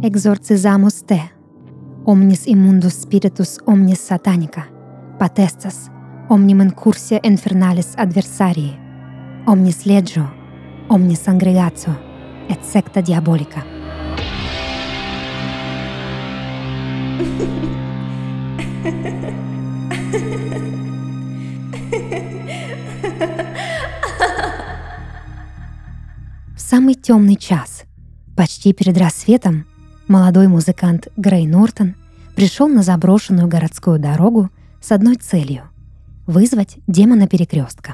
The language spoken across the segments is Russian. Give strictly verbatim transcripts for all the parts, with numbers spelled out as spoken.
Exorcizamus te, omnis immundus spiritus omnis satanica, potestas, omnim incursia infernalis adversarii, omnis legio, omnis congregatio, et secta diabolica. В самый темный час, почти перед рассветом, молодой музыкант Грей Нортон пришел на заброшенную городскую дорогу с одной целью — вызвать демона перекрестка.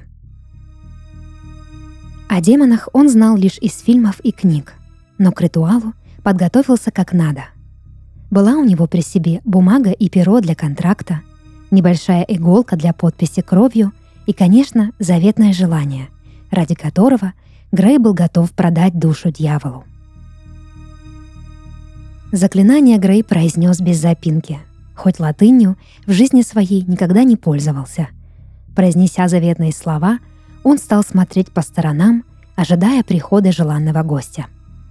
О демонах он знал лишь из фильмов и книг, но к ритуалу подготовился как надо. Была у него при себе бумага и перо для контракта, небольшая иголка для подписи кровью и, конечно, заветное желание, ради которого Грей был готов продать душу дьяволу. Заклинание Грей произнес без запинки, хоть латынью в жизни своей никогда не пользовался. Произнеся заветные слова, он стал смотреть по сторонам, ожидая прихода желанного гостя.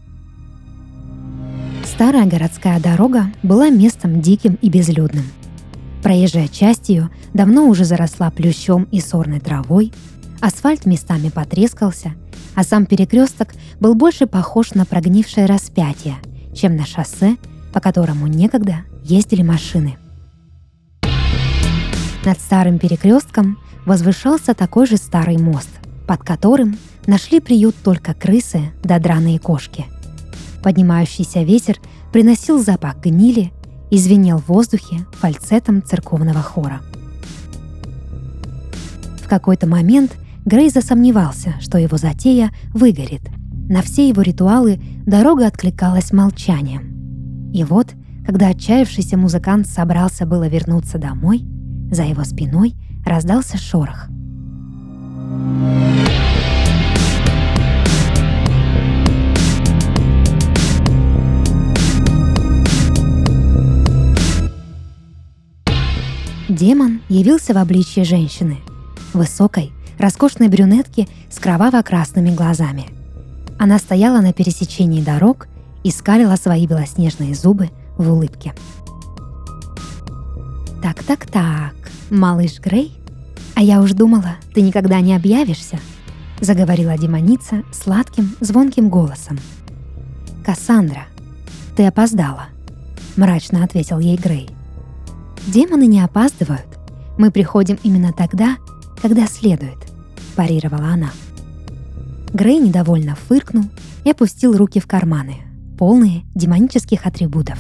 Старая городская дорога была местом диким и безлюдным. Проезжая часть ее давно уже заросла плющом и сорной травой, асфальт местами потрескался, а сам перекресток был больше похож на прогнившее распятие, чем на шоссе, по которому некогда ездили машины. Над старым перекрестком возвышался такой же старый мост, под которым нашли приют только крысы да драные кошки. Поднимающийся ветер приносил запах гнили и звенел в воздухе фальцетом церковного хора. В какой-то момент Грей засомневался, что его затея выгорит. На все его ритуалы дорога откликалась молчанием. И вот, когда отчаявшийся музыкант собрался было вернуться домой, за его спиной раздался шорох. Демон явился в обличье женщины, высокой, роскошной брюнетки с кроваво-красными глазами. Она стояла на пересечении дорог и скалила свои белоснежные зубы в улыбке. «Так-так-так, малыш Грей, а я уж думала, ты никогда не объявишься», — заговорила демоница сладким, звонким голосом. «Кассандра, ты опоздала», — мрачно ответил ей Грей. «Демоны не опаздывают. Мы приходим именно тогда, когда следует», — парировала она. Грей недовольно фыркнул и опустил руки в карманы, полные демонических атрибутов.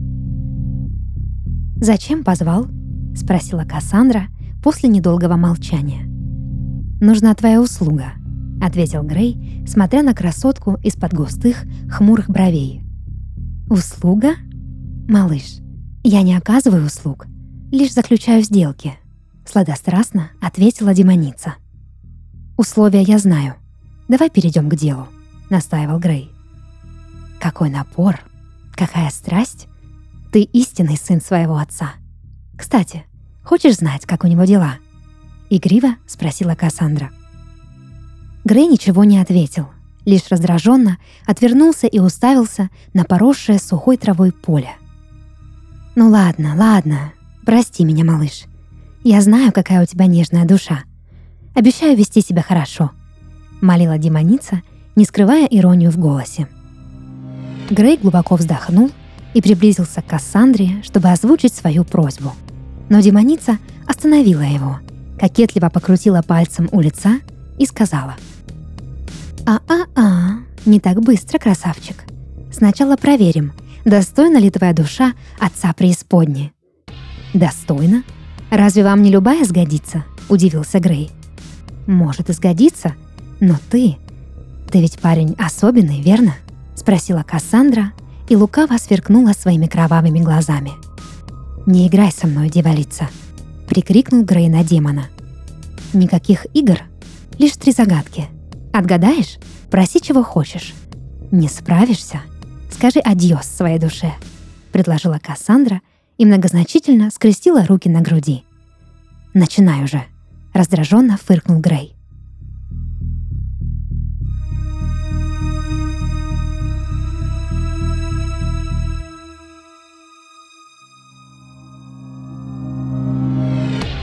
«Зачем позвал?» — спросила Кассандра после недолгого молчания. «Нужна твоя услуга», — ответил Грей, смотря на красотку из-под густых, хмурых бровей. «Услуга? Малыш, я не оказываю услуг, лишь заключаю сделки», — сладострастно ответила демоница. «Условия я знаю. Давай перейдем к делу», — настаивал Грей. «Какой напор! Какая страсть! Ты истинный сын своего отца. Кстати, хочешь знать, как у него дела?» — игриво спросила Кассандра. Грей ничего не ответил, лишь раздраженно отвернулся и уставился на поросшее сухой травой поле. «Ну ладно, ладно, прости меня, малыш. Я знаю, какая у тебя нежная душа. Обещаю вести себя хорошо», — молила демоница, не скрывая иронию в голосе. Грей глубоко вздохнул и приблизился к Кассандре, чтобы озвучить свою просьбу. Но демоница остановила его, кокетливо покрутила пальцем у лица и сказала: «А-а-а, не так быстро, красавчик. Сначала проверим, достойна ли твоя душа отца преисподней». «Достойна? Разве вам не любая сгодится?» — удивился Грей. «Может и сгодится, но ты... Ты ведь парень особенный, верно?» — спросила Кассандра и лукаво сверкнула своими кровавыми глазами. «Не играй со мной, дьяволица!» — прикрикнул Грей на демона. «Никаких игр, лишь три загадки. Отгадаешь? Проси, чего хочешь. Не справишься? Скажи адьос своей душе», — предложила Кассандра и многозначительно скрестила руки на груди. «Начинай уже!» — раздраженно фыркнул Грей.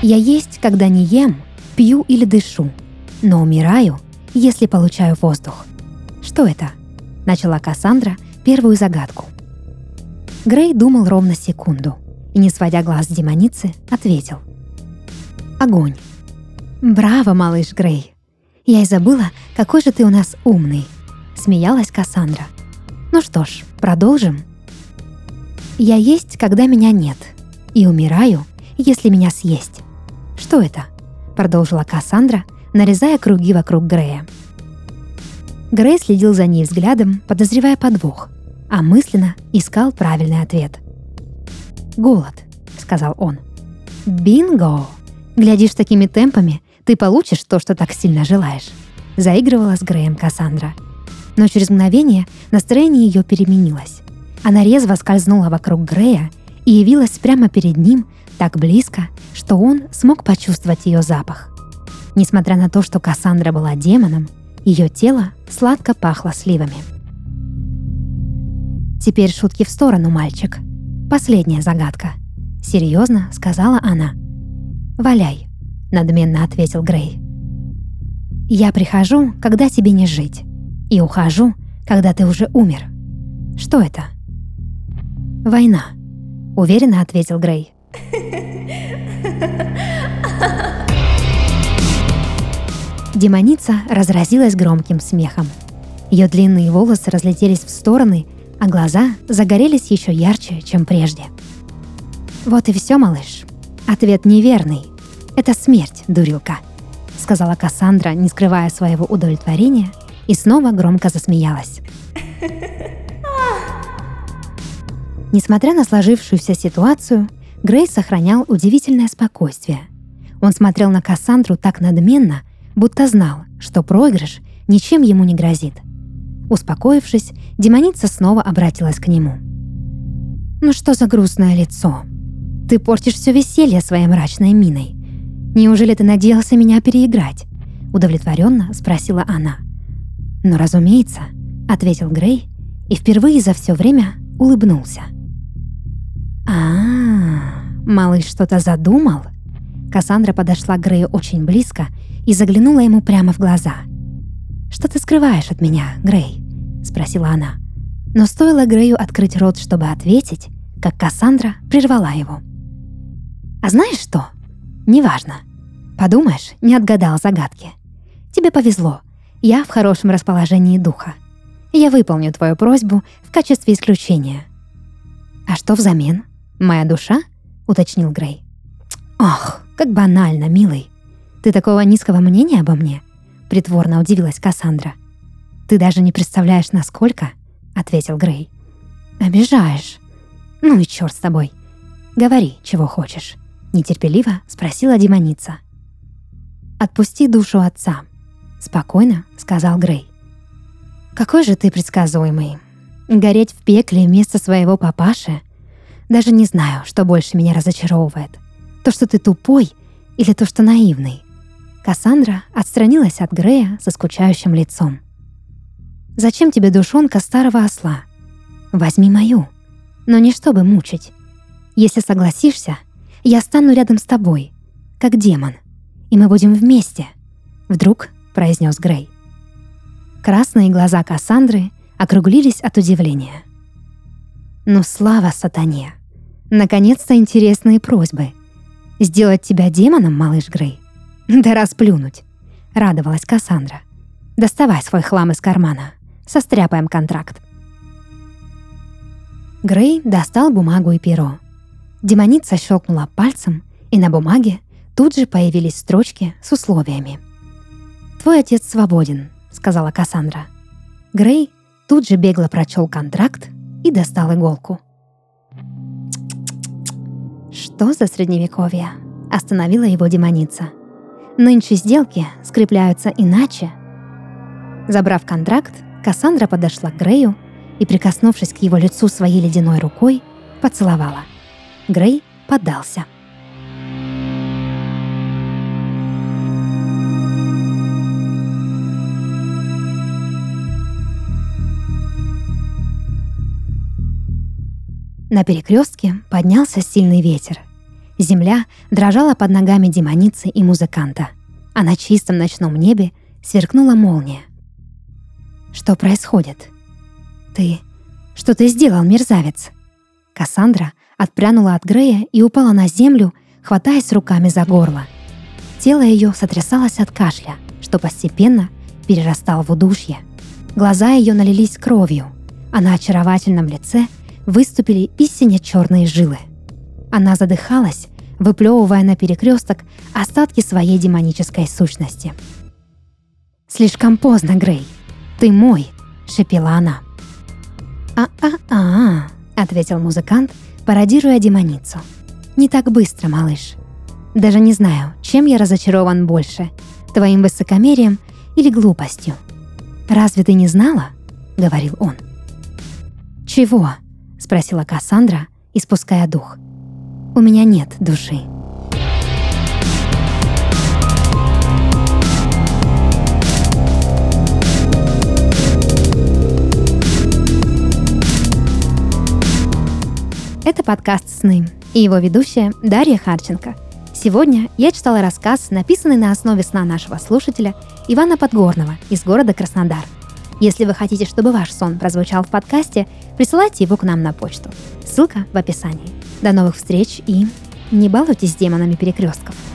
Я есть, когда не ем, пью или дышу, но умираю, если получаю воздух. Что это? Начала Кассандра первую загадку. Грей думал ровно секунду и, не сводя глаз с демоницы, ответил. Огонь. Браво, малыш Грей. Я и забыла, какой же ты у нас умный. Смеялась Кассандра. Ну что ж, продолжим. Я есть, когда меня нет, и умираю, если меня съесть. Что это? Продолжила Кассандра, нарезая круги вокруг Грея. Грей следил за ней взглядом, подозревая подвох, а мысленно искал правильный ответ. «Голод», — сказал он. «Бинго! Глядишь, такими темпами ты получишь то, что так сильно желаешь», — заигрывала с Греем Кассандра. Но через мгновение настроение ее переменилось. Она резво скользнула вокруг Грея и явилась прямо перед ним, так близко, что он смог почувствовать ее запах. Несмотря на то, что Кассандра была демоном, ее тело сладко пахло сливами. «Теперь шутки в сторону, мальчик. Последняя загадка», — серьезно сказала она. «Валяй», — надменно ответил Грей. «Я прихожу, когда тебе не жить, и ухожу, когда ты уже умер. Что это?» «Война», — уверенно ответил Грей. Демоница разразилась громким смехом. Ее длинные волосы разлетелись в стороны, а глаза загорелись еще ярче, чем прежде. «Вот и все, малыш. Ответ неверный. Это смерть, дурилка», — сказала Кассандра, не скрывая своего удовлетворения, и снова громко засмеялась. Несмотря на сложившуюся ситуацию, Грей сохранял удивительное спокойствие. Он смотрел на Кассандру так надменно, будто знал, что проигрыш ничем ему не грозит. Успокоившись, демоница снова обратилась к нему. «Ну что за грустное лицо? Ты портишь все веселье своей мрачной миной. Неужели ты надеялся меня переиграть?» — удовлетворенно спросила она. «Ну, разумеется», — ответил Грей и впервые за все время улыбнулся. «А-а-а, малыш что-то задумал?» Кассандра подошла к Грею очень близко и заглянула ему прямо в глаза. «Что ты скрываешь от меня, Грей?» — спросила она. Но стоило Грею открыть рот, чтобы ответить, как Кассандра прервала его. «А знаешь что? Неважно. Подумаешь, не отгадал загадки. Тебе повезло. Я в хорошем расположении духа. Я выполню твою просьбу в качестве исключения». «А что взамен? Моя душа?» — уточнил Грей. «Ох, как банально, милый. Ты такого низкого мнения обо мне?» — притворно удивилась Кассандра. «Ты даже не представляешь, насколько», — ответил Грей. «Обижаешь. Ну и черт с тобой. Говори, чего хочешь», — нетерпеливо спросила демоница. «Отпусти душу отца», — спокойно сказал Грей. «Какой же ты предсказуемый. Гореть в пекле вместо своего папаши? Даже не знаю, что больше меня разочаровывает. То, что ты тупой, или то, что наивный?» Кассандра отстранилась от Грея со скучающим лицом. «Зачем тебе душонка старого осла? Возьми мою, но не чтобы мучить. Если согласишься, я стану рядом с тобой, как демон, и мы будем вместе», — вдруг произнес Грей. Красные глаза Кассандры округлились от удивления. «Ну, слава сатане! Наконец-то интересные просьбы. Сделать тебя демоном, малыш Грей? Да расплюнуть!» — радовалась Кассандра. «Доставай свой хлам из кармана. Состряпаем контракт». Грей достал бумагу и перо. Демоница щелкнула пальцем, и на бумаге тут же появились строчки с условиями. «Твой отец свободен», — сказала Кассандра. Грей тут же бегло прочел контракт и достал иголку. «Что за средневековье?» — остановила его демоница. «Нынче сделки скрепляются иначе». Забрав контракт, Кассандра подошла к Грею и, прикоснувшись к его лицу своей ледяной рукой, поцеловала. Грей поддался. На перекрестке поднялся сильный ветер. Земля дрожала под ногами демоницы и музыканта, а на чистом ночном небе сверкнула молния. «Что происходит? Ты... Что ты сделал, мерзавец?» Кассандра отпрянула от Грея и упала на землю, хватаясь руками за горло. Тело ее сотрясалось от кашля, что постепенно перерастал в удушье. Глаза ее налились кровью, а на очаровательном лице выступили истинно черные жилы. Она задыхалась, выплевывая на перекресток остатки своей демонической сущности. «Слишком поздно, Грей. Ты мой!» — шепела она. «А-а-а!» — ответил музыкант, пародируя демоницу. «Не так быстро, малыш. Даже не знаю, чем я разочарован больше — твоим высокомерием или глупостью. Разве ты не знала?» — говорил он. «Чего?» — спросила Кассандра, испуская дух. «У меня нет души». Это подкаст «Сны» и его ведущая Дарья Харченко. Сегодня я читала рассказ, написанный на основе сна нашего слушателя Ивана Подгорного из города Краснодар. Если вы хотите, чтобы ваш сон прозвучал в подкасте, присылайте его к нам на почту. Ссылка в описании. До новых встреч и не балуйтесь с демонами перекрестков.